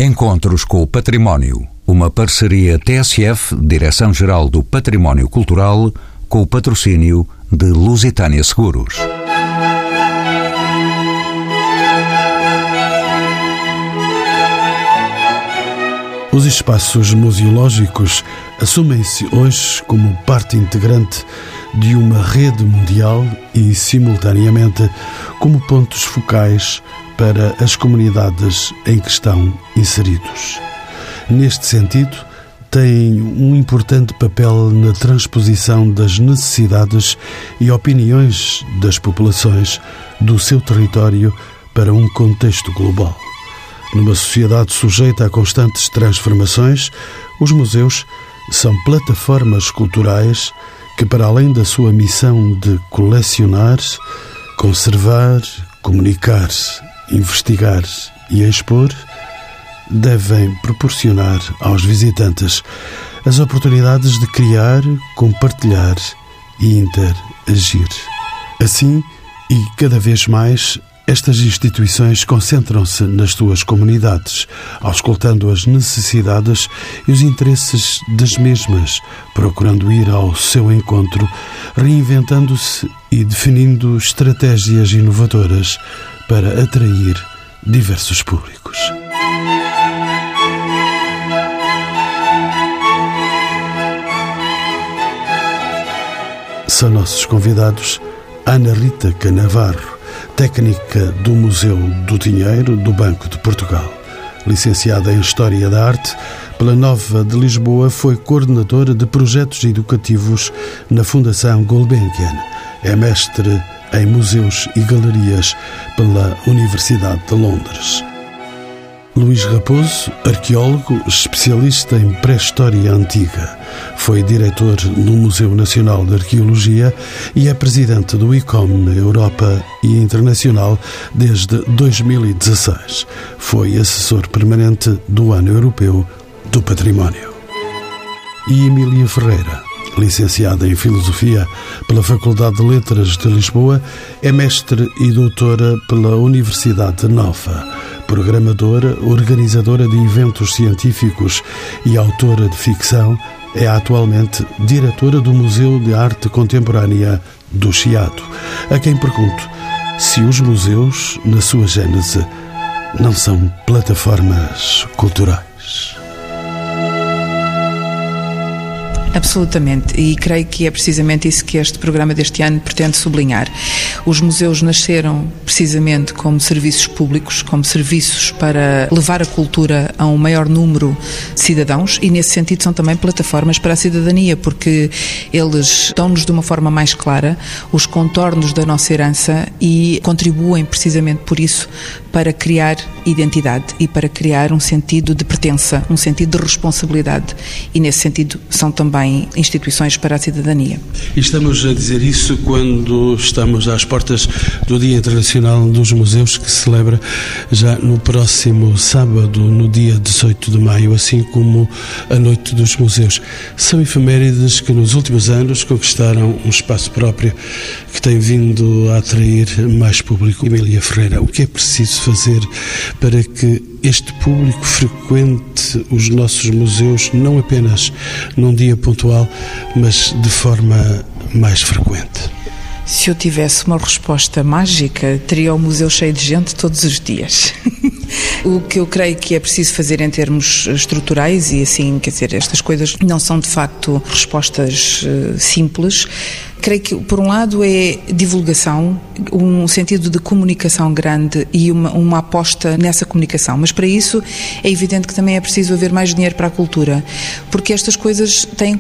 Encontros com o Património, uma parceria TSF, Direção-Geral do Património Cultural, com o patrocínio de Lusitânia Seguros. Os espaços museológicos assumem-se hoje como parte integrante de uma rede mundial e, simultaneamente, como pontos focais para as comunidades em que estão inseridos. Neste sentido, têm um importante papel na transposição das necessidades e opiniões das populações do seu território para um contexto global. Numa sociedade sujeita a constantes transformações, os museus são plataformas culturais que, para além da sua missão de colecionar, conservar, comunicar, investigar e expor, devem proporcionar aos visitantes as oportunidades de criar, compartilhar e interagir. Assim, e cada vez mais, estas instituições concentram-se nas suas comunidades, auscultando as necessidades e os interesses das mesmas, procurando ir ao seu encontro, reinventando-se e definindo estratégias inovadoras para atrair diversos públicos. São nossos convidados Ana Rita Canavarro, técnica do Museu do Dinheiro do Banco de Portugal. Licenciada em História da Arte pela Nova de Lisboa, foi coordenadora de projetos educativos na Fundação Gulbenkian. É mestre em Museus e Galerias pela Universidade de Londres. Luís Raposo, arqueólogo, especialista em pré-história antiga. Foi diretor no Museu Nacional de Arqueologia e é presidente do ICOM Europa e Internacional desde 2016. Foi assessor permanente do Ano Europeu do Património. E Emília Ferreira, licenciada em Filosofia pela Faculdade de Letras de Lisboa, é mestre e doutora pela Universidade Nova. Programadora, organizadora de eventos científicos e autora de ficção, é atualmente diretora do Museu de Arte Contemporânea do Chiado, a quem pergunto se os museus, na sua gênese, não são plataformas culturais. Absolutamente, e creio que é precisamente isso que este programa deste ano pretende sublinhar. Os museus nasceram precisamente como serviços públicos, como serviços para levar a cultura a um maior número de cidadãos e, nesse sentido, são também plataformas para a cidadania, porque eles dão-nos de uma forma mais clara os contornos da nossa herança e contribuem precisamente por isso para criar identidade e para criar um sentido de pertença, um sentido de responsabilidade, e nesse sentido são também instituições para a cidadania. E estamos a dizer isso quando estamos às portas do Dia Internacional dos Museus, que se celebra já no próximo sábado, no dia 18 de maio, assim como a Noite dos Museus. São efemérides que nos últimos anos conquistaram um espaço próprio que tem vindo a atrair mais público. Emília Ferreira, o que é preciso fazer para que este público frequente os nossos museus não apenas num dia pontual, mas de forma mais frequente? Se eu tivesse uma resposta mágica, teria o museu cheio de gente todos os dias. O que eu creio que é preciso fazer em termos estruturais, e assim, quer dizer, estas coisas não são de facto respostas simples. Creio que, por um lado, é divulgação, um sentido de comunicação grande e uma aposta nessa comunicação. Mas, para isso, é evidente que também é preciso haver mais dinheiro para a cultura, porque estas coisas têm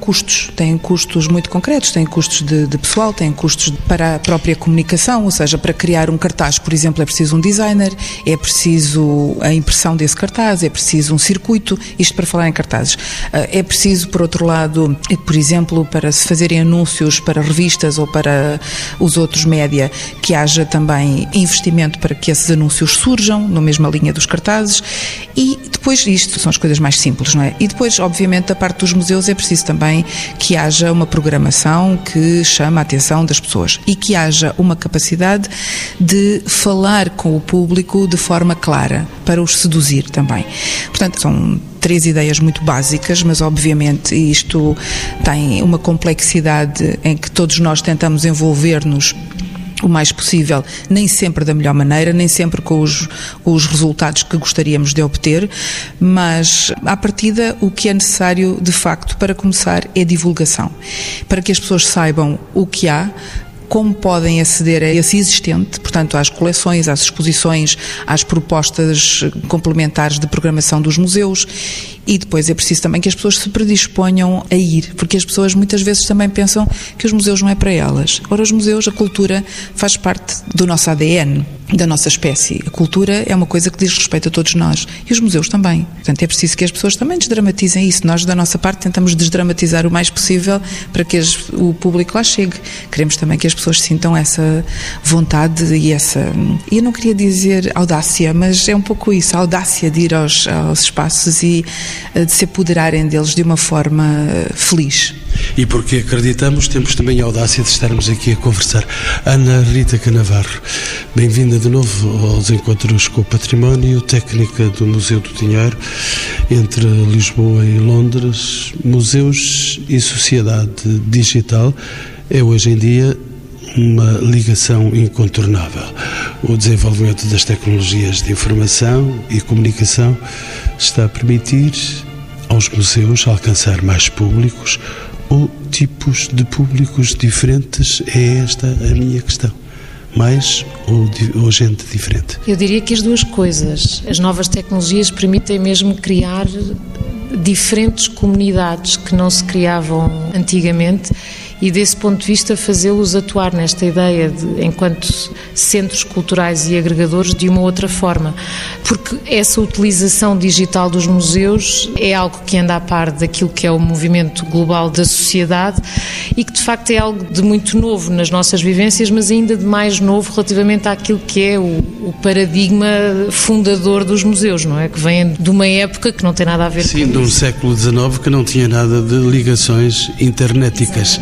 custos muito concretos, têm custos de pessoal, têm custos para a própria comunicação, ou seja, para criar um cartaz, por exemplo, é preciso um designer, é preciso a impressão desse cartaz, é preciso um circuito, isto para falar em cartazes. É preciso, por outro lado, por exemplo, para se fazerem anúncios para revistas ou para os outros média, que haja também investimento para que esses anúncios surjam na mesma linha dos cartazes. E depois, isto são as coisas mais simples, não é? E depois, obviamente, da parte dos museus é preciso também que haja uma programação que chama a atenção das pessoas e que haja uma capacidade de falar com o público de forma clara. para os seduzir também. Portanto, são 3 ideias muito básicas, mas obviamente isto tem uma complexidade em que todos nós tentamos envolver-nos o mais possível, nem sempre da melhor maneira, nem sempre com os resultados que gostaríamos de obter, mas à partida o que é necessário de facto para começar é divulgação, para que as pessoas saibam o que há, como podem aceder a esse existente, portanto às coleções, às exposições, às propostas complementares de programação dos museus. E depois é preciso também que as pessoas se predisponham a ir, porque as pessoas muitas vezes também pensam que os museus não é para elas. Ora, os museus, a cultura faz parte do nosso ADN, da nossa espécie. A cultura é uma coisa que diz respeito a todos nós e os museus também. Portanto, é preciso que as pessoas também desdramatizem isso. Nós, da nossa parte, tentamos desdramatizar o mais possível para que o público lá chegue. Queremos também que as pessoas sintam essa vontade e essa... E eu não queria dizer audácia, mas é um pouco isso, a audácia de ir aos espaços e de se apoderarem deles de uma forma feliz. E porque acreditamos, temos também a audácia de estarmos aqui a conversar. Ana Rita Canavarro, bem-vinda de novo aos Encontros com o Património, técnica do Museu do Dinheiro, entre Lisboa e Londres. Museus e sociedade digital é hoje em dia uma ligação incontornável. O desenvolvimento das tecnologias de informação e comunicação está a permitir aos museus alcançar mais públicos ou tipos de públicos diferentes? É esta a minha questão. Mais ou gente diferente? Eu diria que as duas coisas. As novas tecnologias permitem mesmo criar diferentes comunidades que não se criavam antigamente e, desse ponto de vista, fazê-los atuar nesta ideia de, enquanto centros culturais e agregadores, de uma outra forma. Porque essa utilização digital dos museus é algo que anda a par daquilo que é o movimento global da sociedade e que, de facto, é algo de muito novo nas nossas vivências, mas ainda de mais novo relativamente àquilo que é o paradigma fundador dos museus, não é? Que vem de uma época que não tem nada a ver com de um século XIX que não tinha nada de ligações internéticas.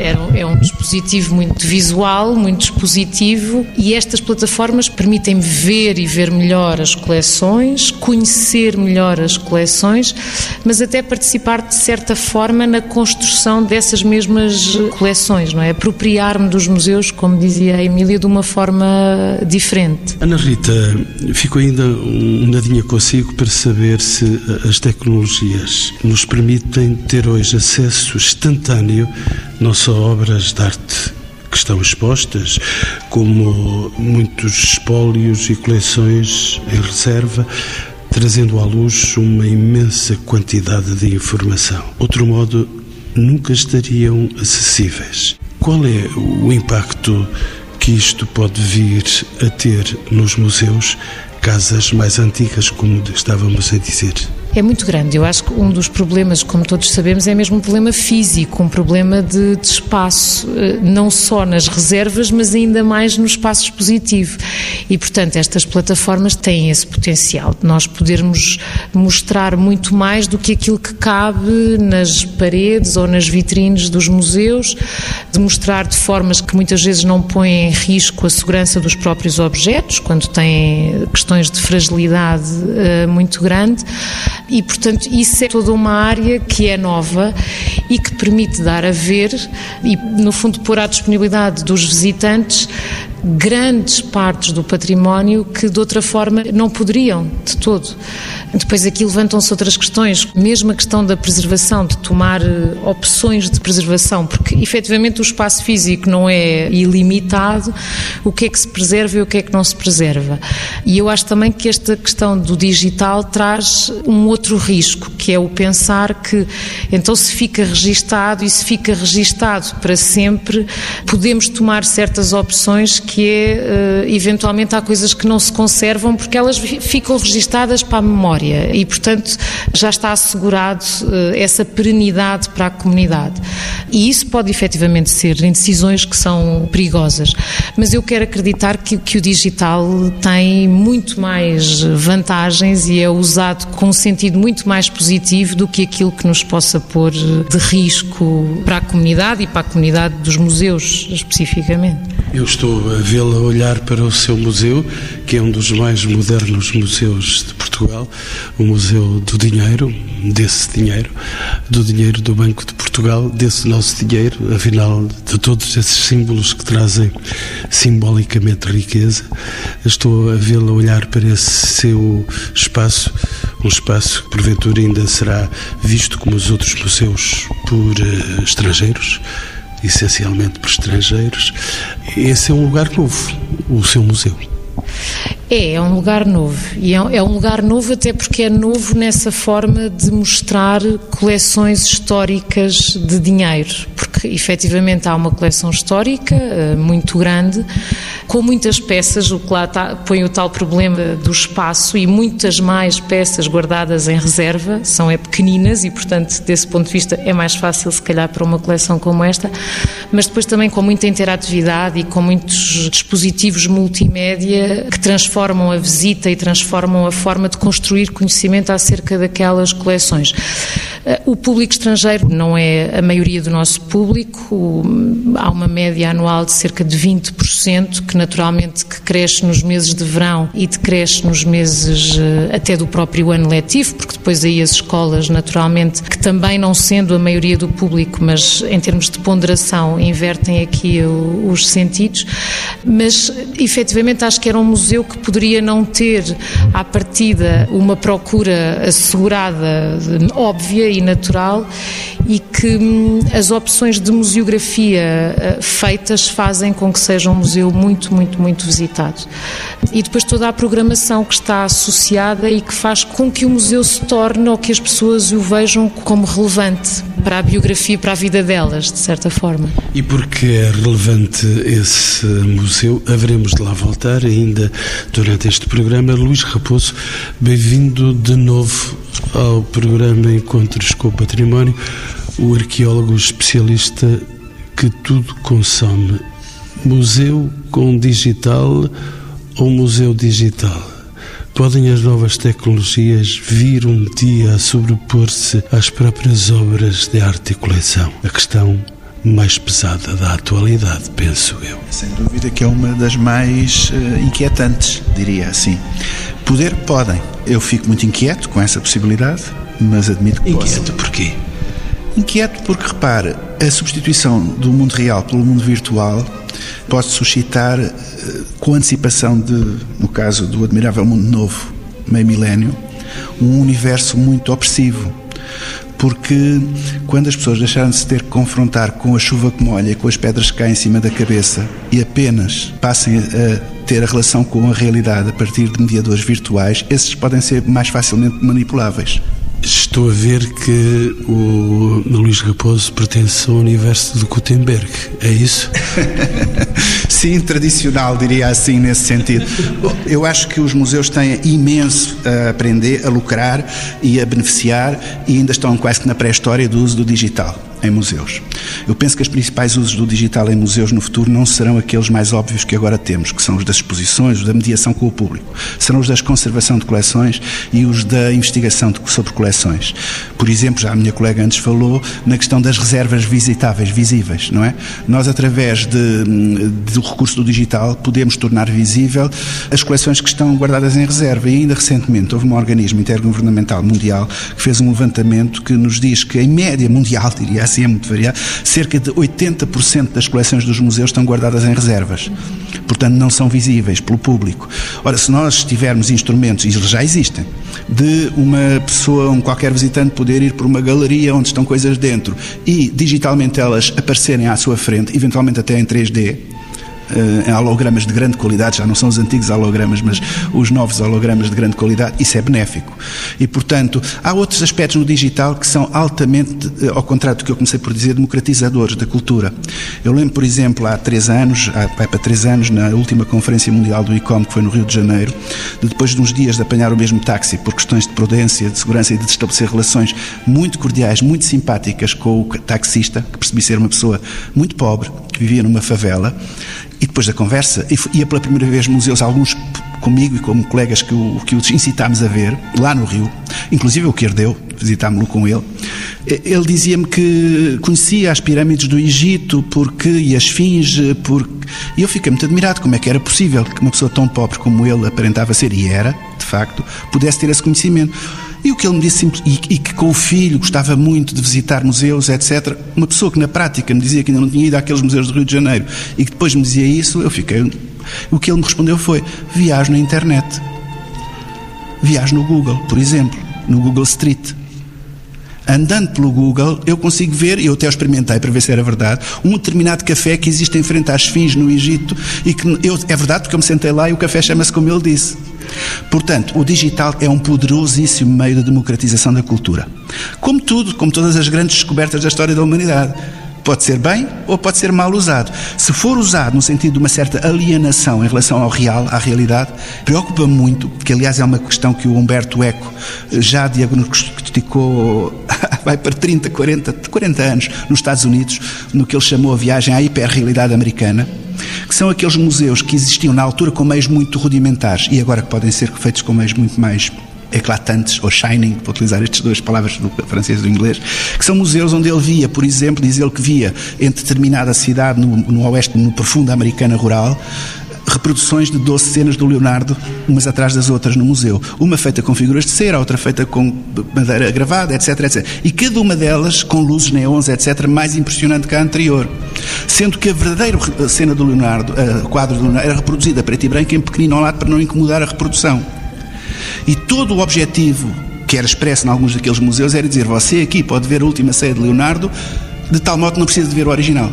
É um dispositivo muito visual, muito dispositivo, e estas plataformas permitem ver e ver melhor as coleções, conhecer melhor as coleções, mas até participar de certa forma na construção dessas mesmas coleções, não é? Apropriar-me dos museus, como dizia a Emília, de uma forma diferente. Ana Rita, fico ainda um nadinha consigo para saber se as tecnologias nos permitem ter hoje acesso instantâneo não só a obras de arte que estão expostas, como muitos espólios e coleções em reserva, trazendo à luz uma imensa quantidade de informação. Outro modo, nunca estariam acessíveis. Qual é o impacto que isto pode vir a ter nos museus, casas mais antigas, como estávamos a dizer? É muito grande. Eu acho que um dos problemas, como todos sabemos, é mesmo um problema físico, um problema de espaço, não só nas reservas, mas ainda mais no espaço expositivo. E, portanto, estas plataformas têm esse potencial de nós podermos mostrar muito mais do que aquilo que cabe nas paredes ou nas vitrines dos museus, de mostrar de formas que muitas vezes não põem em risco a segurança dos próprios objetos, quando têm questões de fragilidade muito grande. E, portanto, isso é toda uma área que é nova e que permite dar a ver e, no fundo, pôr à disponibilidade dos visitantes grandes partes do património que de outra forma não poderiam de todo. Depois aqui levantam-se outras questões, mesmo a questão da preservação, de tomar opções de preservação, porque efetivamente o espaço físico não é ilimitado, o que é que se preserva e o que é que não se preserva. E eu acho também que esta questão do digital traz um outro risco, que é o pensar que então se fica registado e se fica registado para sempre, podemos tomar certas opções que é, eventualmente há coisas que não se conservam porque elas ficam registadas para a memória e, portanto, já está assegurado essa perenidade para a comunidade. E isso pode efetivamente ser em decisões que são perigosas. Mas eu quero acreditar que o digital tem muito mais vantagens e é usado com um sentido muito mais positivo do que aquilo que nos possa pôr de risco para a comunidade e para a comunidade dos museus, especificamente. Eu estou a vê-la olhar para o seu museu, que é um dos mais modernos museus de Portugal, o Museu do Dinheiro, do dinheiro do Banco de Portugal, desse nosso dinheiro, afinal de todos esses símbolos que trazem simbolicamente riqueza. Estou a vê-la olhar para esse seu espaço, um espaço que porventura ainda será visto como os outros museus por estrangeiros, essencialmente por estrangeiros. Esse é um lugar novo, o seu museu. É um lugar novo, e é um lugar novo até porque é novo nessa forma de mostrar coleções históricas de dinheiro, porque efetivamente há uma coleção histórica muito grande, com muitas peças, o que lá põe o tal problema do espaço, e muitas mais peças guardadas em reserva, são pequeninas e portanto desse ponto de vista é mais fácil se calhar para uma coleção como esta, mas depois também com muita interatividade e com muitos dispositivos multimédia que transformam a visita e transformam a forma de construir conhecimento acerca daquelas coleções. O público estrangeiro não é a maioria do nosso público, há uma média anual de cerca de 20%, que naturalmente que cresce nos meses de verão e decresce nos meses até do próprio ano letivo, porque depois aí as escolas naturalmente, que também não sendo a maioria do público, mas em termos de ponderação invertem aqui os sentidos, mas efetivamente acho que era um museu que poderia não ter à partida uma procura assegurada, óbvia e natural, e que as opções de museografia feitas fazem com que seja um museu muito, muito, muito visitado. E depois toda a programação que está associada e que faz com que o museu se torne, ou que as pessoas o vejam como relevante para a biografia, para a vida delas, de certa forma. E porque é relevante esse museu, haveremos de lá voltar ainda durante este programa. Luís Raposo, bem-vindo de novo ao programa Encontros com o Património, o arqueólogo especialista que tudo consome. Museu com digital ou museu digital? Podem as novas tecnologias vir um dia a sobrepor-se às próprias obras de arte e coleção? A questão mais pesada da atualidade, penso eu. Sem dúvida que é uma das mais inquietantes, diria assim. Poder, podem. Eu fico muito inquieto com essa possibilidade, mas admito que posso. Inquieto porquê? Inquieto porque, repare, a substituição do mundo real pelo mundo virtual pode suscitar, com antecipação no caso do admirável mundo novo, meio milénio, um universo muito opressivo. Porque quando as pessoas deixarem de se ter que confrontar com a chuva que molha e com as pedras que caem em cima da cabeça e apenas passem a ter a relação com a realidade a partir de mediadores virtuais, esses podem ser mais facilmente manipuláveis. Estou a ver que o Luís Raposo pertence ao universo de Gutenberg, é isso? Sim, tradicional, diria assim, nesse sentido. Eu acho que os museus têm imenso a aprender, a lucrar e a beneficiar, e ainda estão quase que na pré-história do uso do digital em museus. Eu penso que os principais usos do digital em museus no futuro não serão aqueles mais óbvios que agora temos, que são os das exposições, os da mediação com o público. Serão os da conservação de coleções e os da investigação sobre coleções. Por exemplo, já a minha colega antes falou na questão das reservas visitáveis, visíveis, não é? Nós, através do recurso do digital, podemos tornar visível as coleções que estão guardadas em reserva. E ainda recentemente houve um organismo intergovernamental mundial que fez um levantamento que nos diz que, em média mundial, diria assim, é muito variado, cerca de 80% das coleções dos museus estão guardadas em reservas. Portanto, não são visíveis pelo público. Ora, se nós tivermos instrumentos, e eles já existem, de uma pessoa, qualquer visitante, poder ir por uma galeria onde estão coisas dentro e digitalmente elas aparecerem à sua frente, eventualmente até em 3D, em hologramas de grande qualidade, já não são os antigos hologramas, mas os novos hologramas de grande qualidade, isso é benéfico. E, portanto, há outros aspectos no digital que são altamente, ao contrário do que eu comecei por dizer, democratizadores da cultura. Eu lembro, por exemplo, há 3 anos, na última Conferência Mundial do ICOM, que foi no Rio de Janeiro, depois de uns dias de apanhar o mesmo táxi por questões de prudência, de segurança e de estabelecer relações muito cordiais, muito simpáticas com o taxista, que percebi ser uma pessoa muito pobre, que vivia numa favela. E depois da conversa, ia pela primeira vez museus, alguns comigo e como colegas que os incitámos a ver, lá no Rio, inclusive o que herdeu, visitámo-lo com ele, Ele dizia-me que conhecia as pirâmides do Egito e a Esfinge, e eu fiquei muito admirado como é que era possível que uma pessoa tão pobre como ele aparentava ser, e era, de facto, pudesse ter esse conhecimento. E o que ele me disse, e que com o filho gostava muito de visitar museus, etc. Uma pessoa que na prática me dizia que ainda não tinha ido àqueles museus do Rio de Janeiro e que depois me dizia isso, eu fiquei... O que ele me respondeu foi: viajo na internet. Viajo no Google, por exemplo, no Google Street. Andando pelo Google, eu consigo ver, e eu até experimentei para ver se era verdade, um determinado café que existe em frente à Esfinge no Egito, e que é verdade porque eu me sentei lá e o café chama-se como ele disse. Portanto, o digital é um poderosíssimo meio de democratização da cultura. Como tudo, como todas as grandes descobertas da história da humanidade. Pode ser bem ou pode ser mal usado. Se for usado no sentido de uma certa alienação em relação ao real, à realidade, preocupa muito, que aliás é uma questão que o Humberto Eco já diagnosticou, vai para 40 anos nos Estados Unidos, no que ele chamou a viagem à hiperrealidade americana, que são aqueles museus que existiam na altura com meios muito rudimentares e agora que podem ser feitos com meios muito mais eclatantes, ou shining, para utilizar estas duas palavras do francês e do inglês, que são museus onde ele via, por exemplo, diz ele que via em determinada cidade no oeste, no profundo americana rural, reproduções de 12 cenas do Leonardo, umas atrás das outras no museu. Uma feita com figuras de cera, outra feita com madeira gravada, etc, etc. E cada uma delas com luzes neons, etc, mais impressionante que a anterior. Sendo que a verdadeira cena do Leonardo, o quadro do Leonardo, era reproduzida a preto e branco em pequenino ao lado para não incomodar a reprodução. E todo o objetivo que era expresso em alguns daqueles museus era dizer: você aqui pode ver a última ceia de Leonardo, de tal modo que não precisa de ver o original.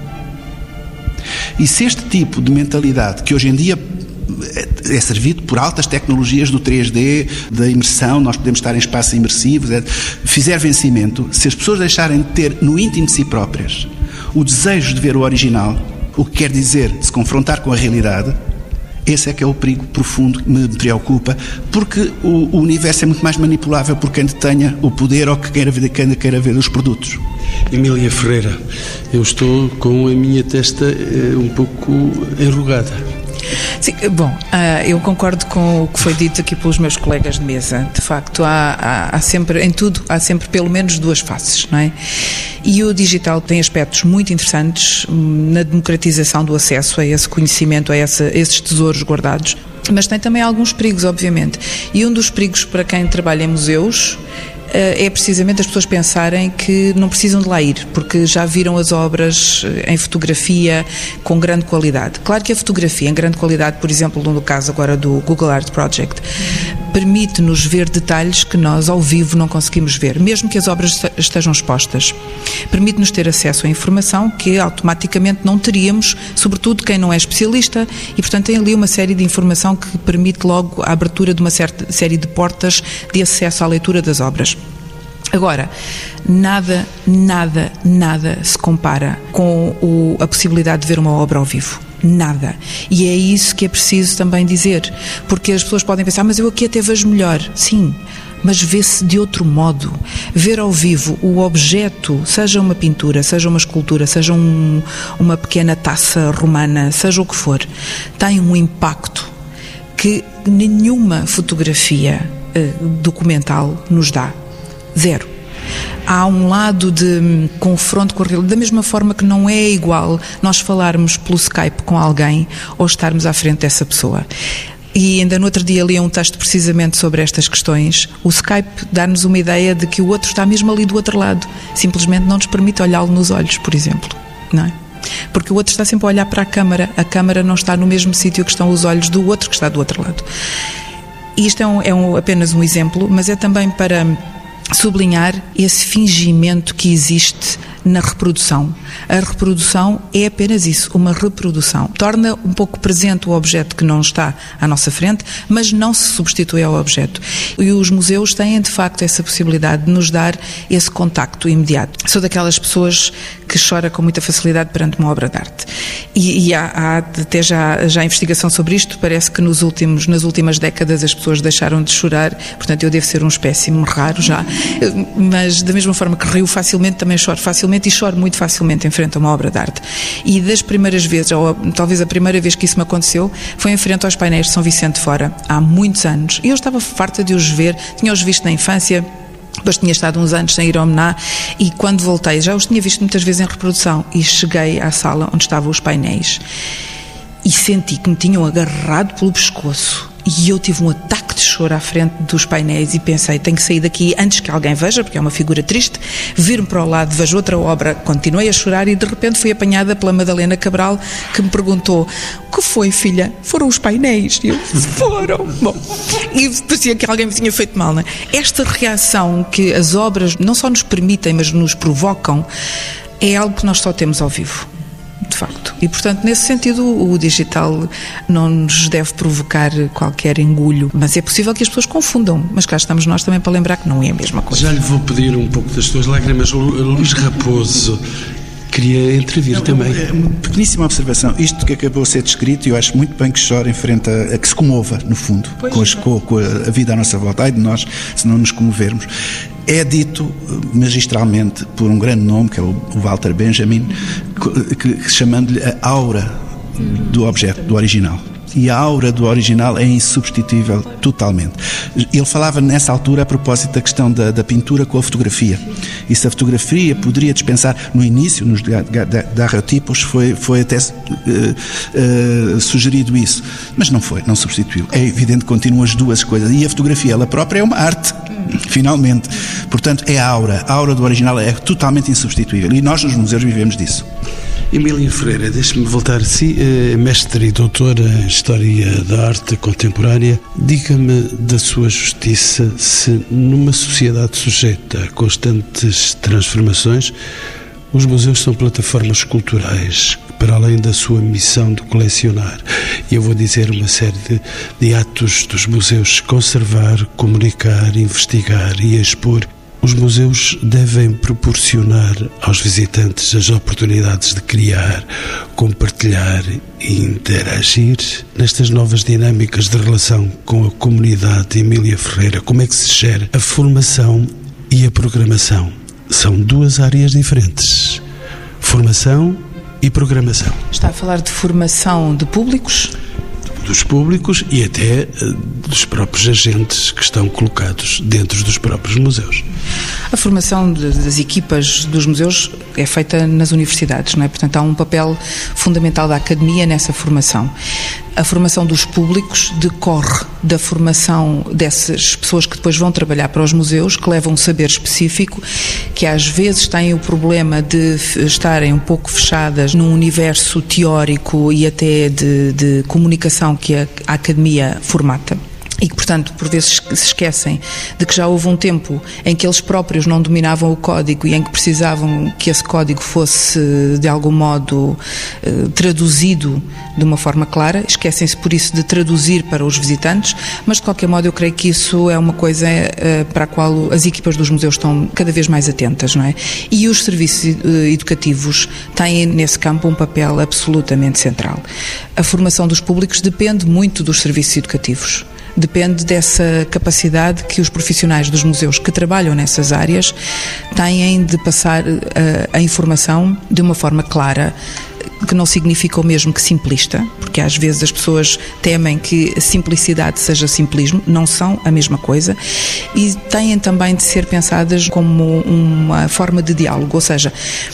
E se este tipo de mentalidade, que hoje em dia é servido por altas tecnologias do 3D, da imersão, nós podemos estar em espaços imersivos, fizer vencimento, se as pessoas deixarem de ter no íntimo de si próprias o desejo de ver o original, o que quer dizer de se confrontar com a realidade, esse é que é o perigo profundo que me preocupa, porque o universo é muito mais manipulável por quem tenha o poder ou que quem queira ver os produtos. Emília Ferreira, eu estou com a minha testa um pouco enrugada. Sim, bom, eu concordo com o que foi dito aqui pelos meus colegas de mesa. De facto, há sempre, em tudo, há sempre pelo menos duas faces, não é? E o digital tem aspectos muito interessantes na democratização do acesso a esse conhecimento, a esses tesouros guardados, mas tem também alguns perigos, obviamente. E um dos perigos para quem trabalha em museus é precisamente as pessoas pensarem que não precisam de lá ir, porque já viram as obras em fotografia com grande qualidade. Claro que a fotografia em grande qualidade, por exemplo, no caso agora do Google Art Project, permite-nos ver detalhes que nós ao vivo não conseguimos ver, mesmo que as obras estejam expostas. Permite-nos ter acesso a informação que automaticamente não teríamos, sobretudo quem não é especialista, e portanto tem ali uma série de informação que permite logo a abertura de uma certa série de portas de acesso à leitura das obras. Agora, nada se compara com a possibilidade de ver uma obra ao vivo. Nada. E é isso que é preciso também dizer, porque as pessoas podem pensar: mas eu aqui até vejo melhor. Sim, mas vê-se de outro modo. Ver ao vivo o objeto, seja uma pintura, seja uma escultura, seja uma pequena taça romana, seja o que for, tem um impacto que nenhuma fotografia documental nos dá. Zero. Há um lado de confronto com a realidade, da mesma forma que não é igual nós falarmos pelo Skype com alguém ou estarmos à frente dessa pessoa. E ainda no outro dia li um texto precisamente sobre estas questões. O Skype dá-nos uma ideia de que o outro está mesmo ali do outro lado, simplesmente não nos permite olhá-lo nos olhos, por exemplo, não é? Porque o outro está sempre a olhar para a câmara não está no mesmo sítio que estão os olhos do outro que está do outro lado. E isto apenas um exemplo, mas é também para sublinhar esse fingimento que existe na reprodução. A reprodução é apenas isso, uma reprodução. Torna um pouco presente o objeto que não está à nossa frente, mas não se substitui ao objeto. E os museus têm, de facto, essa possibilidade de nos dar esse contacto imediato. Sou daquelas pessoas que chora com muita facilidade perante uma obra de arte. E há até já investigação sobre isto. Parece que nas últimas décadas as pessoas deixaram de chorar, portanto eu devo ser um espécime raro já, mas da mesma forma que rio facilmente, também choro facilmente e choro muito facilmente em frente a uma obra de arte. E das primeiras vezes, ou talvez a primeira vez que isso me aconteceu, foi em frente aos painéis de São Vicente de Fora, há muitos anos, e eu estava farta de os ver, tinha-os visto na infância, Depois tinha estado uns anos sem ir ao Mená e quando voltei já os tinha visto muitas vezes em reprodução e cheguei à sala onde estavam os painéis e senti que me tinham agarrado pelo pescoço e eu tive um ataque de choro à frente dos painéis e pensei, tenho que sair daqui antes que alguém veja, porque é uma figura triste, vir-me para o lado, vejo outra obra, continuei a chorar e de repente fui apanhada pela Madalena Cabral que me perguntou, o que foi, filha? Foram os painéis? E eu, foram. Bom, e parecia que alguém me tinha feito mal, não é? Esta reação que as obras não só nos permitem, mas nos provocam, é algo que nós só temos ao vivo. De facto. E, portanto, nesse sentido, o digital não nos deve provocar qualquer engulho. Mas é possível que as pessoas confundam. Mas cá estamos nós também para lembrar que não é a mesma coisa. Já lhe vou pedir um pouco das suas lágrimas. Luís Raposo queria intervir também. É uma pequeníssima observação. Isto que acabou de ser descrito, eu acho muito bem que chore em frente a que se comova, no fundo, com a vida à nossa volta. Ai de nós, se não nos comovermos. É dito magistralmente por um grande nome, que é o Walter Benjamin, chamando-lhe a aura do objeto, do original. E a aura do original é insubstituível totalmente. Ele falava nessa altura a propósito da questão da pintura com a fotografia. E se a fotografia poderia dispensar, no início, nos daguerreotipos, foi até sugerido isso. Mas não foi, não substituiu. É evidente que continuam as duas coisas. E a fotografia, ela própria, é uma arte. Finalmente. Portanto, é a aura do original é totalmente insubstituível. E nós, nos museus, vivemos disso. Emília Ferreira, deixe-me voltar a si, mestre e doutora em História da Arte Contemporânea. Diga-me da sua justiça se, numa sociedade sujeita a constantes transformações, os museus são plataformas culturais que, para além da sua missão de colecionar, e eu vou dizer uma série de atos dos museus, conservar, comunicar, investigar e expor, os museus devem proporcionar aos visitantes as oportunidades de criar, compartilhar e interagir nestas novas dinâmicas de relação com a comunidade. Emília Ferreira, como é que se gera a formação e a programação? São duas áreas diferentes. Formação e programação. Está a falar de formação de públicos? Dos públicos e até dos próprios agentes que estão colocados dentro dos próprios museus. A formação das equipas dos museus é feita nas universidades, não é? Portanto, há um papel fundamental da academia nessa formação. A formação dos públicos decorre da formação dessas pessoas que depois vão trabalhar para os museus, que levam um saber específico, que às vezes têm o problema de estarem um pouco fechadas num universo teórico e até de comunicação que a academia formata. E que, portanto, por vezes se esquecem de que já houve um tempo em que eles próprios não dominavam o código e em que precisavam que esse código fosse, de algum modo, traduzido de uma forma clara. Esquecem-se, por isso, de traduzir para os visitantes, mas, de qualquer modo, eu creio que isso é uma coisa para a qual as equipas dos museus estão cada vez mais atentas, não é? E os serviços educativos têm, nesse campo, um papel absolutamente central. A formação dos públicos depende muito dos serviços educativos. Depende dessa capacidade que os profissionais dos museus que trabalham nessas áreas têm de passar a informação de uma forma clara, que não significa o mesmo que simplista, porque às vezes as pessoas temem que a simplicidade seja simplismo, não são a mesma coisa, e têm também de ser pensadas como uma forma de diálogo, ou seja,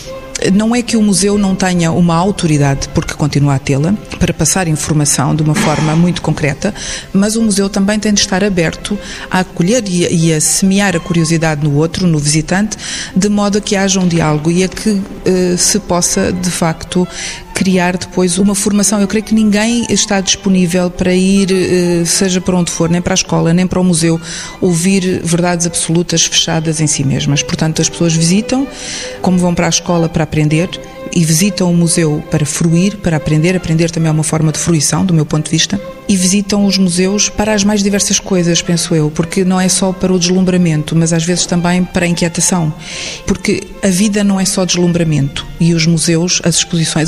não é que o museu não tenha uma autoridade, porque continua a tê-la, para passar informação de uma forma muito concreta, mas o museu também tem de estar aberto a acolher e a semear a curiosidade no outro, no visitante, de modo a que haja um diálogo e a que se possa, de facto, criar depois uma formação. Eu creio que ninguém está disponível para ir, seja para onde for, nem para a escola, nem para o museu, ouvir verdades absolutas fechadas em si mesmas. Portanto, as pessoas visitam, como vão para a escola para aprender, e visitam o museu para fruir, para aprender. Aprender também é uma forma de fruição, do meu ponto de vista. E visitam os museus para as mais diversas coisas, penso eu, porque não é só para o deslumbramento, mas às vezes também para a inquietação. Porque a vida não é só deslumbramento. E os museus, as exposições, a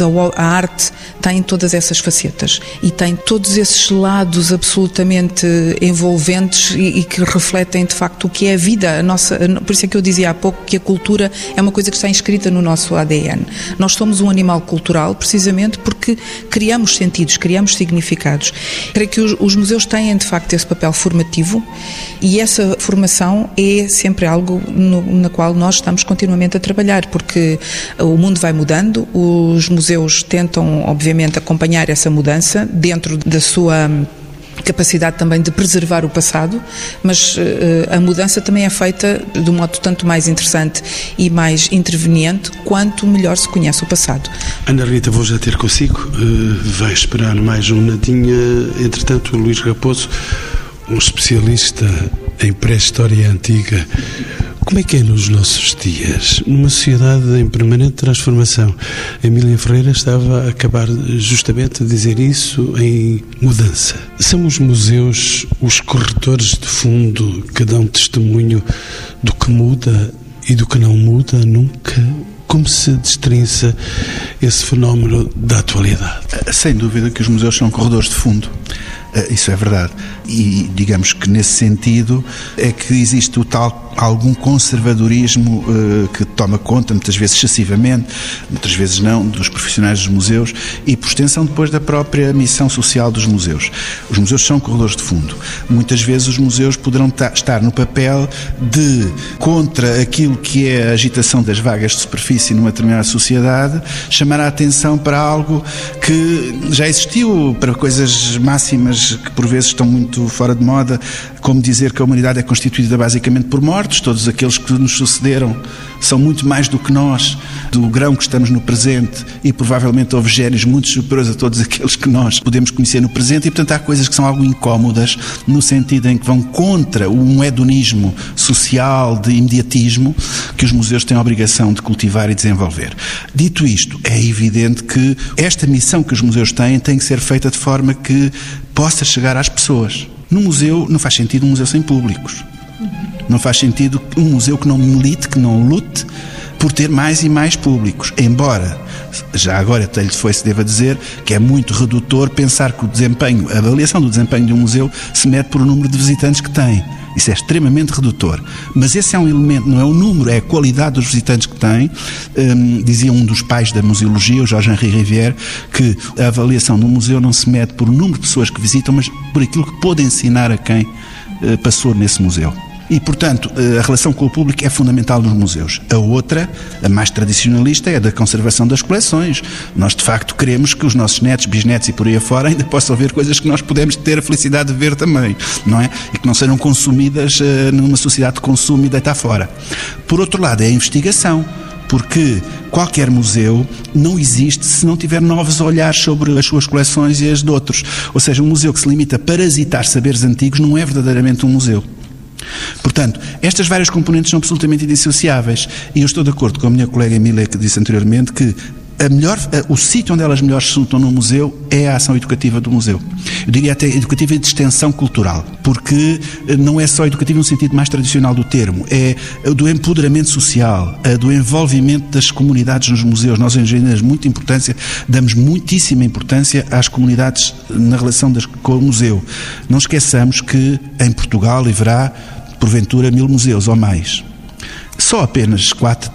a arte tem todas essas facetas e tem todos esses lados absolutamente envolventes e que refletem de facto o que é a vida, a nossa. Por isso é que eu dizia há pouco que a cultura é uma coisa que está inscrita no nosso ADN. Nós somos um animal cultural precisamente porque criamos sentidos, criamos significados. Creio que os museus têm de facto esse papel formativo e essa formação é sempre algo na qual nós estamos continuamente a trabalhar, porque o mundo vai mudando, os museus tentam obviamente acompanhar essa mudança dentro da sua capacidade também de preservar o passado, mas a mudança também é feita de um modo tanto mais interessante e mais interveniente quanto melhor se conhece o passado. Ana Rita, vou já ter consigo, vai esperar mais um nadinha. Entretanto, o Luís Raposo, um especialista em pré-história antiga. Como é que é nos nossos dias, numa sociedade em permanente transformação? Emília Ferreira estava a acabar justamente de dizer isso, em mudança. São os museus os corretores de fundo que dão testemunho do que muda e do que não muda nunca? Como se destrinça esse fenómeno da atualidade? Sem dúvida que os museus são corredores de fundo. Isso é verdade. E digamos que nesse sentido é que existe o tal algum conservadorismo que toma conta, muitas vezes excessivamente, muitas vezes não, dos profissionais dos museus e por extensão depois da própria missão social dos museus. Os museus são corredores de fundo. Muitas vezes os museus poderão estar no papel de, contra aquilo que é a agitação das vagas de superfície numa determinada sociedade, chamar a atenção para algo que já existiu, para coisas máximas que por vezes estão muito fora de moda, como dizer que a humanidade é constituída basicamente por mortos, todos aqueles que nos sucederam são muito mais do que nós, do grão que estamos no presente, e provavelmente houve génios muito superiores a todos aqueles que nós podemos conhecer no presente, e portanto há coisas que são algo incómodas, no sentido em que vão contra um hedonismo social de imediatismo que os museus têm a obrigação de cultivar e desenvolver. Dito isto, é evidente que esta missão que os museus têm tem que ser feita de forma que possa chegar às pessoas. No museu não faz sentido um museu sem públicos. Não faz sentido um museu que não milite, que não lute por ter mais e mais públicos. Embora, já agora até lhe se deva dizer que é muito redutor pensar que a avaliação do desempenho de um museu se mede por o número de visitantes que tem. Isso é extremamente redutor. Mas esse é um elemento, não é o número, é a qualidade dos visitantes que tem. Dizia um dos pais da museologia, o Jorge-Henri Rivière, que a avaliação do museu não se mede por o número de pessoas que visitam, mas por aquilo que pode ensinar a quem passou nesse museu. E, portanto, a relação com o público é fundamental nos museus. A outra, a mais tradicionalista, é a da conservação das coleções. Nós, de facto, queremos que os nossos netos, bisnetos e por aí afora ainda possam ver coisas que nós podemos ter a felicidade de ver também, não é? E que não sejam consumidas numa sociedade de consumo e deitar fora. Por outro lado, é a investigação. Porque qualquer museu não existe se não tiver novos olhares sobre as suas coleções e as de outros. Ou seja, um museu que se limita a parasitar saberes antigos não é verdadeiramente um museu. Portanto, estas várias componentes são absolutamente indissociáveis e eu estou de acordo com a minha colega Emília, que disse anteriormente que o sítio onde elas melhor se juntam no museu é a ação educativa do museu. Eu diria até educativa e de extensão cultural, porque não é só educativa no sentido mais tradicional do termo, é do empoderamento social, do envolvimento das comunidades nos museus. Nós, engenheiros, damos muitíssima importância às comunidades na relação com o museu. Não esqueçamos que em Portugal haverá, porventura, 1000 museus ou mais. Só apenas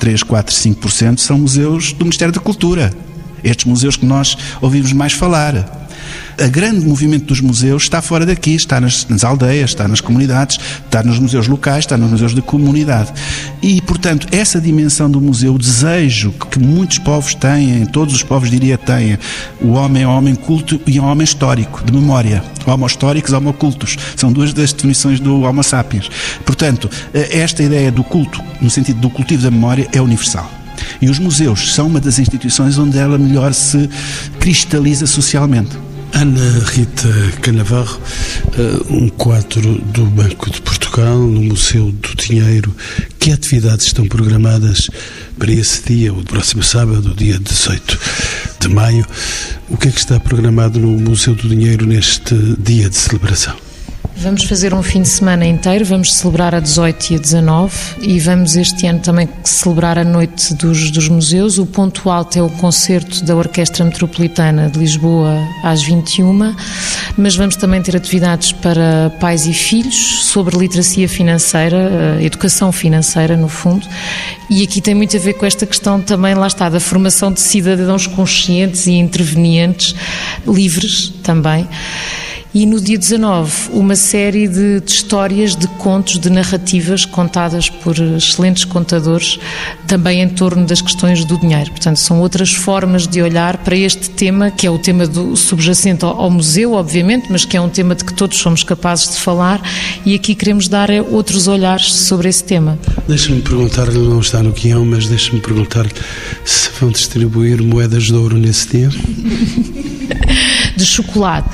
5% são museus do Ministério da Cultura. Estes museus que nós ouvimos mais falar. O grande movimento dos museus está fora daqui, está nas aldeias, está nas comunidades, está nos museus locais, está nos museus de comunidade. E, portanto, essa dimensão do museu, o desejo que muitos povos têm, todos os povos, diria, têm, o homem é um homem culto e é um homem histórico, de memória. Homo históricos, homo cultus. São duas das definições do Homo sapiens. Portanto, esta ideia do culto, no sentido do cultivo da memória, é universal. E os museus são uma das instituições onde ela melhor se cristaliza socialmente. Ana Rita Canavarro, um quadro do Banco de Portugal, no Museu do Dinheiro. Que atividades estão programadas para esse dia, o próximo sábado, dia 18 de maio? O que é que está programado no Museu do Dinheiro neste dia de celebração? Vamos fazer um fim de semana inteiro, vamos celebrar a 18 e a 19 e vamos este ano também celebrar a Noite dos Museus. O ponto alto é o concerto da Orquestra Metropolitana de Lisboa às 21, mas vamos também ter atividades para pais e filhos sobre literacia financeira, educação financeira no fundo, e aqui tem muito a ver com esta questão também, lá está, da formação de cidadãos conscientes e intervenientes, livres também. E no dia 19, uma série de histórias, de contos, de narrativas contadas por excelentes contadores, também em torno das questões do dinheiro. Portanto, são outras formas de olhar para este tema, que é o tema subjacente ao museu, obviamente, mas que é um tema de que todos somos capazes de falar, e aqui queremos dar outros olhares sobre esse tema. Deixa-me perguntar-lhe, não está no guião, mas deixa-me perguntar-lhe se vão distribuir moedas de ouro nesse dia? De chocolate.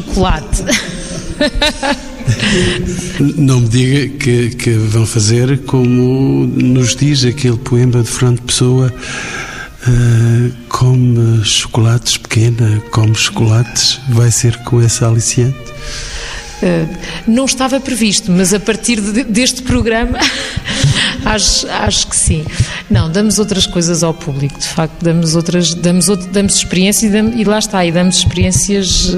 Não me diga que vão fazer como nos diz aquele poema de Fernando Pessoa: come chocolates, pequena, come chocolates, vai ser com essa aliciante? Não estava previsto, mas a partir deste programa acho que sim. Não, damos outras coisas ao público, de facto, damos experiências e lá está, e damos experiências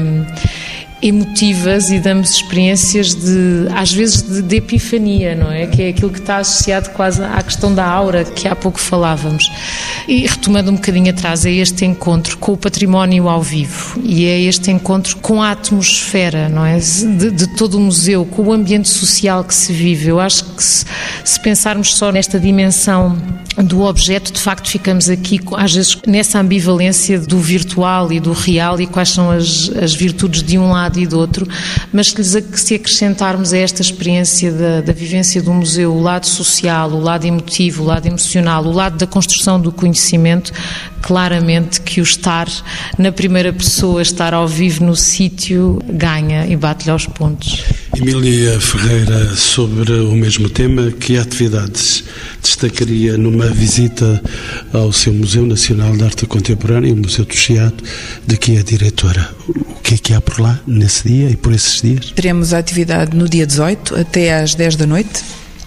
emotivas e damos experiências às vezes de epifania, não é? Que é aquilo que está associado quase à questão da aura que há pouco falávamos. E retomando um bocadinho atrás, é este encontro com o património ao vivo e é este encontro com a atmosfera, não é? De todo o museu, com o ambiente social que se vive. Eu acho que se pensarmos só nesta dimensão do objeto, de facto ficamos aqui às vezes nessa ambivalência do virtual e do real e quais são as virtudes de um lado e do outro, mas se acrescentarmos a esta experiência da vivência do museu o lado social, o lado emotivo, o lado emocional, o lado da construção do conhecimento, claramente que o estar na primeira pessoa, estar ao vivo no sítio, ganha e bate-lhe aos pontos. Emília Ferreira, sobre o mesmo tema, que atividades destacaria numa visita ao seu Museu Nacional de Arte Contemporânea, o Museu do Chiado, de que é diretora? O que há por lá nesse dia e por esses dias? Teremos a atividade no dia 18 até às 10 da noite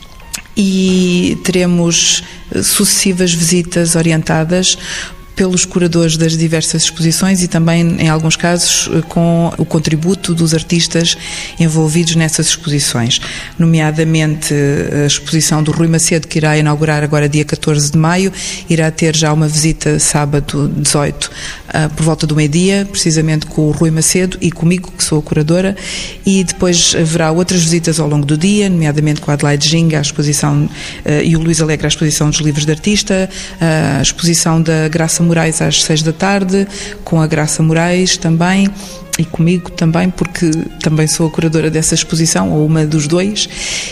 e teremos sucessivas visitas orientadas pelos curadores das diversas exposições e também, em alguns casos, com o contributo dos artistas envolvidos nessas exposições, nomeadamente a exposição do Rui Macedo, que irá inaugurar agora dia 14 de maio, irá ter já uma visita sábado 18, por volta do meio-dia, precisamente com o Rui Macedo e comigo, que sou a curadora, e depois haverá outras visitas ao longo do dia, nomeadamente com a Adelaide Ginga, a exposição, e o Luís Alegre, a exposição dos livros de artista, a exposição da Graça Moraes às 6 da tarde, com a Graça Moraes também, e comigo também, porque também sou a curadora dessa exposição, ou uma dos dois,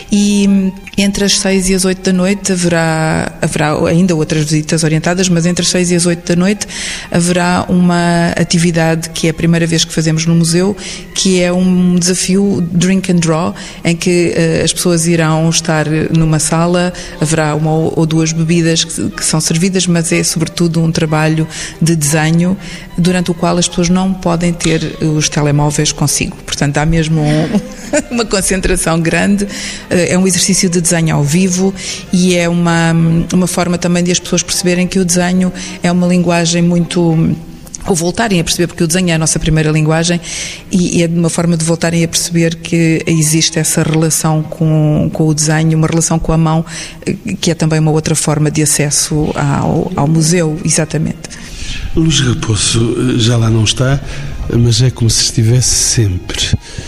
e entre as 6 e as 8 da noite haverá ainda outras visitas orientadas, mas entre as 6 e as 8 da noite haverá uma atividade que é a primeira vez que fazemos no museu, que é um desafio Drink and Draw, em que as pessoas irão estar numa sala, haverá uma ou duas bebidas que são servidas, mas é sobretudo um trabalho de desenho, durante o qual as pessoas não podem ter os telemóveis consigo. Portanto, há mesmo uma concentração grande, é um exercício de desenho ao vivo e é uma forma também de as pessoas perceberem que o desenho é uma linguagem muito... ou voltarem a perceber, porque o desenho é a nossa primeira linguagem, e é uma forma de voltarem a perceber que existe essa relação com o desenho, uma relação com a mão, que é também uma outra forma de acesso ao museu, exatamente. Luís Raposo já lá não está, mas é como se estivesse sempre.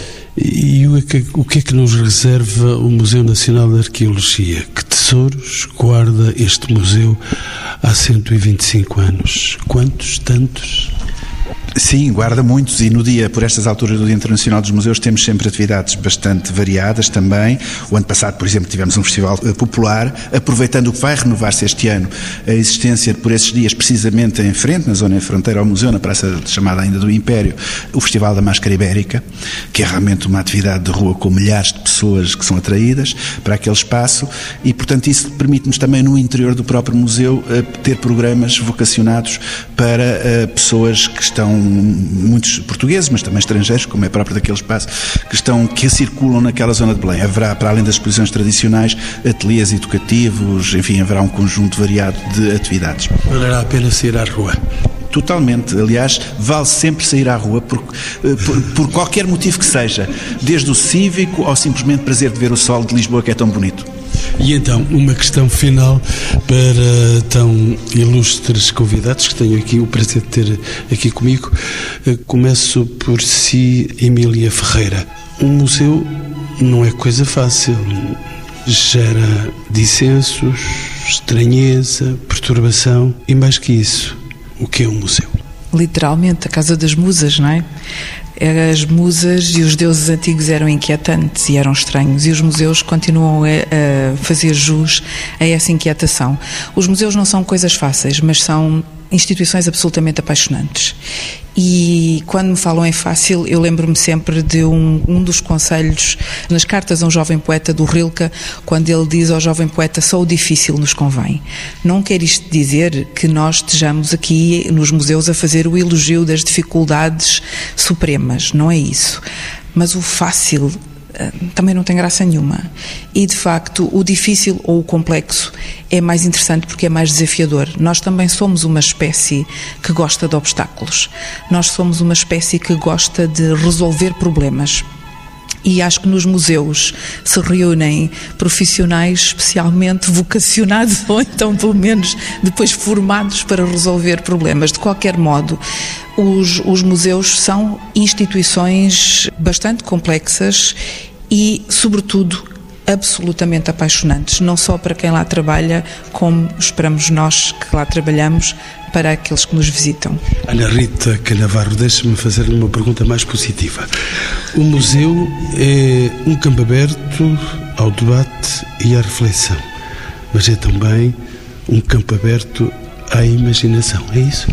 E o que é que nos reserva o Museu Nacional de Arqueologia? Que tesouros guarda este museu há 125 anos? Quantos? Tantos? Sim, guarda muitos, e no dia, por estas alturas do Dia Internacional dos Museus, temos sempre atividades bastante variadas também. O ano passado, por exemplo, tivemos um festival popular, aproveitando o que vai renovar-se este ano, a existência por esses dias, precisamente em frente, na zona em fronteira ao museu, na praça chamada ainda do Império, o Festival da Máscara Ibérica, que é realmente uma atividade de rua com milhares de pessoas que são atraídas para aquele espaço, e portanto isso permite-nos também no interior do próprio museu ter programas vocacionados para pessoas que estão muitos portugueses, mas também estrangeiros, como é próprio daquele espaço, que circulam naquela zona de Belém. Haverá, para além das exposições tradicionais, ateliês educativos, enfim, haverá um conjunto variado de atividades. Valerá a pena sair à rua? Totalmente. Aliás, vale sempre sair à rua por qualquer motivo que seja, desde o cívico ao simplesmente prazer de ver o sol de Lisboa, que é tão bonito. E então, uma questão final para tão ilustres convidados que tenho aqui o prazer de ter aqui comigo. Começo por si, Emília Ferreira. Um museu não é coisa fácil. Gera dissensos, estranheza, perturbação e mais que isso. O que é um museu? Literalmente, a casa das musas, não é? As musas e os deuses antigos eram inquietantes e eram estranhos, e os museus continuam a fazer jus a essa inquietação. Os museus não são coisas fáceis, mas são instituições absolutamente apaixonantes. E quando me falam em fácil, eu lembro-me sempre de um dos conselhos nas cartas a um jovem poeta do Rilke, quando ele diz ao jovem poeta: só o difícil nos convém. Não quer isto dizer que nós estejamos aqui nos museus a fazer o elogio das dificuldades supremas, não é isso. Mas o fácil também não tem graça nenhuma. E, de facto, o difícil ou o complexo é mais interessante porque é mais desafiador. Nós também somos uma espécie que gosta de obstáculos. Nós somos uma espécie que gosta de resolver problemas. E acho que nos museus se reúnem profissionais especialmente vocacionados ou então, pelo menos, depois formados para resolver problemas. De qualquer modo, os museus são instituições bastante complexas e, sobretudo, absolutamente apaixonantes, não só para quem lá trabalha, como esperamos nós que lá trabalhamos, para aqueles que nos visitam. Ana Rita Canavarro, deixe-me fazer-lhe uma pergunta mais positiva. O museu é um campo aberto ao debate e à reflexão, mas é também um campo aberto à imaginação, é isso?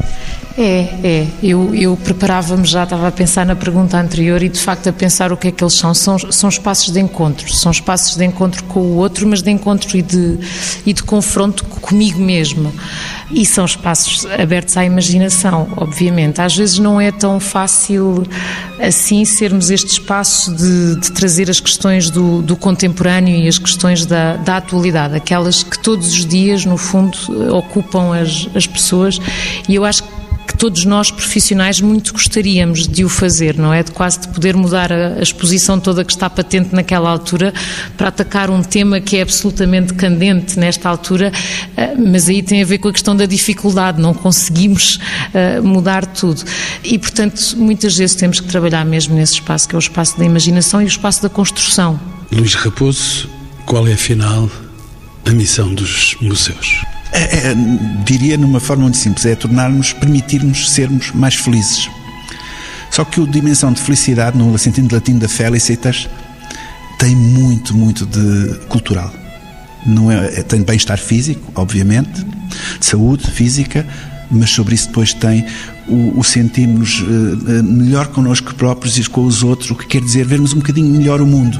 É. Eu preparava-me, já estava a pensar na pergunta anterior e de facto a pensar o que é que eles são. São espaços de encontro, são espaços de encontro com o outro, mas de encontro e de confronto comigo mesma. E são espaços abertos à imaginação, obviamente. Às vezes não é tão fácil assim sermos este espaço de trazer as questões do contemporâneo e as questões da atualidade, aquelas que todos os dias, no fundo, ocupam as pessoas, e eu acho que todos nós profissionais muito gostaríamos de o fazer, não é? De quase de poder mudar a exposição toda que está patente naquela altura para atacar um tema que é absolutamente candente nesta altura, mas aí tem a ver com a questão da dificuldade, não conseguimos mudar tudo. E, portanto, muitas vezes temos que trabalhar mesmo nesse espaço, que é o espaço da imaginação e o espaço da construção. Luís Raposo, qual é, afinal, a missão dos museus? Diria numa forma muito simples, permitirmos sermos mais felizes. Só que a dimensão de felicidade, no sentido latino da felicitas, tem muito de cultural. Não tem bem-estar físico, obviamente, de saúde física, mas sobre isso depois tem o sentirmos melhor connosco próprios e com os outros, o que quer dizer vermos um bocadinho melhor o mundo.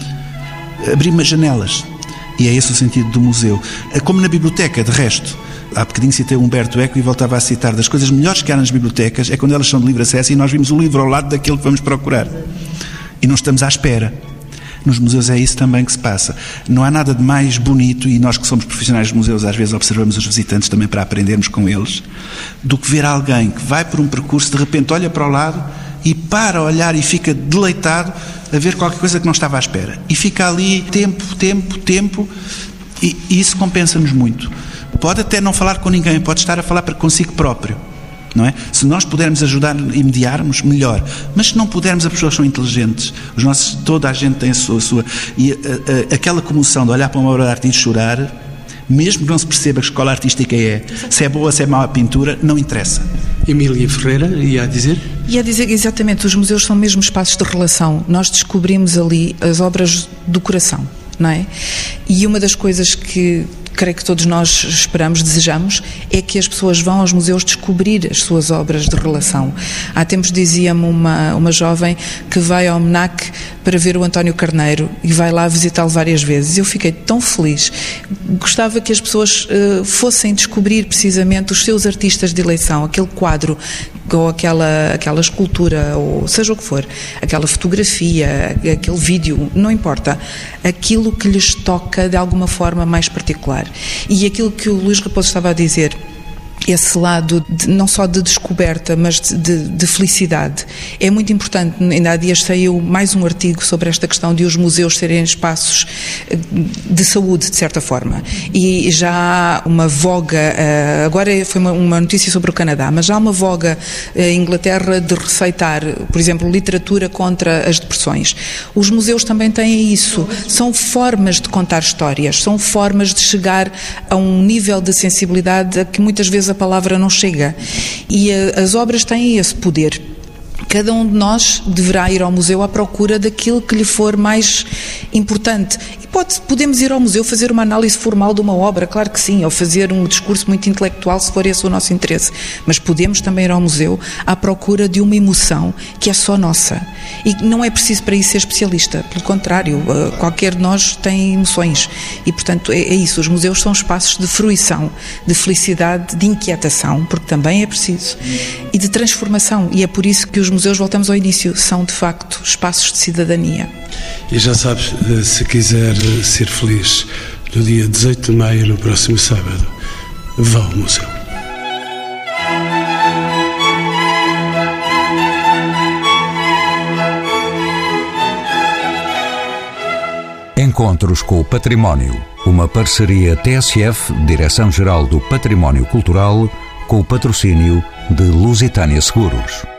Abrir umas janelas. E é esse o sentido do museu. Como na biblioteca, de resto. Há bocadinho citei Humberto Eco e voltava a citar: das coisas melhores que há nas bibliotecas é quando elas são de livre acesso e nós vimos o livro ao lado daquilo que vamos procurar. E não estamos à espera. Nos museus é isso também que se passa. Não há nada de mais bonito, e nós que somos profissionais de museus às vezes observamos os visitantes também para aprendermos com eles, do que ver alguém que vai por um percurso, de repente olha para o lado e para olhar e fica deleitado a ver qualquer coisa que não estava à espera. E fica ali tempo, e isso compensa-nos muito. Pode até não falar com ninguém, pode estar a falar para consigo próprio, não é? Se nós pudermos ajudar e mediarmos, melhor. Mas se não pudermos, as pessoas são inteligentes. Toda a gente tem a sua... E aquela comoção de olhar para uma obra de arte e chorar, mesmo que não se perceba que escola artística é, se é boa, se é má a pintura, não interessa. Emília Ferreira, ia a dizer? Ia dizer exatamente, os museus são mesmo espaços de relação. Nós descobrimos ali as obras do coração, não é? E uma das coisas que creio que todos nós esperamos, desejamos, é que as pessoas vão aos museus descobrir as suas obras de relação. Há tempos dizia-me uma jovem que vai ao MNAC para ver o António Carneiro e vai lá visitá-lo várias vezes. Eu fiquei tão feliz. Gostava que as pessoas fossem descobrir precisamente os seus artistas de eleição, aquele quadro ou aquela escultura, ou seja o que for, aquela fotografia, aquele vídeo, não importa, aquilo que lhes toca de alguma forma mais particular. E aquilo que o Luís Raposo estava a dizer, esse lado não só de descoberta, mas de felicidade, é muito importante. Ainda há dias saiu mais um artigo sobre esta questão de os museus serem espaços de saúde, de certa forma, e já há uma voga, agora foi uma notícia sobre o Canadá, mas já há uma voga em Inglaterra de receitar, por exemplo, literatura contra as depressões. Os museus também têm isso, são formas de contar histórias, são formas de chegar a um nível de sensibilidade a que muitas vezes a palavra não chega, e as obras têm esse poder. Cada um de nós deverá ir ao museu à procura daquilo que lhe for mais importante. E podemos ir ao museu fazer uma análise formal de uma obra, claro que sim, ou fazer um discurso muito intelectual, se for esse o nosso interesse. Mas podemos também ir ao museu à procura de uma emoção que é só nossa. E não é preciso para isso ser especialista. Pelo contrário, qualquer de nós tem emoções. E, portanto, é isso. Os museus são espaços de fruição, de felicidade, de inquietação, porque também é preciso, e de transformação. E é por isso que os museus, voltamos ao início, são de facto espaços de cidadania. E já sabes, se quiser ser feliz, no dia 18 de maio, no próximo sábado, vá ao museu. Encontros com o Património, uma parceria TSF, Direção-Geral do Património Cultural, com o patrocínio de Lusitânia Seguros.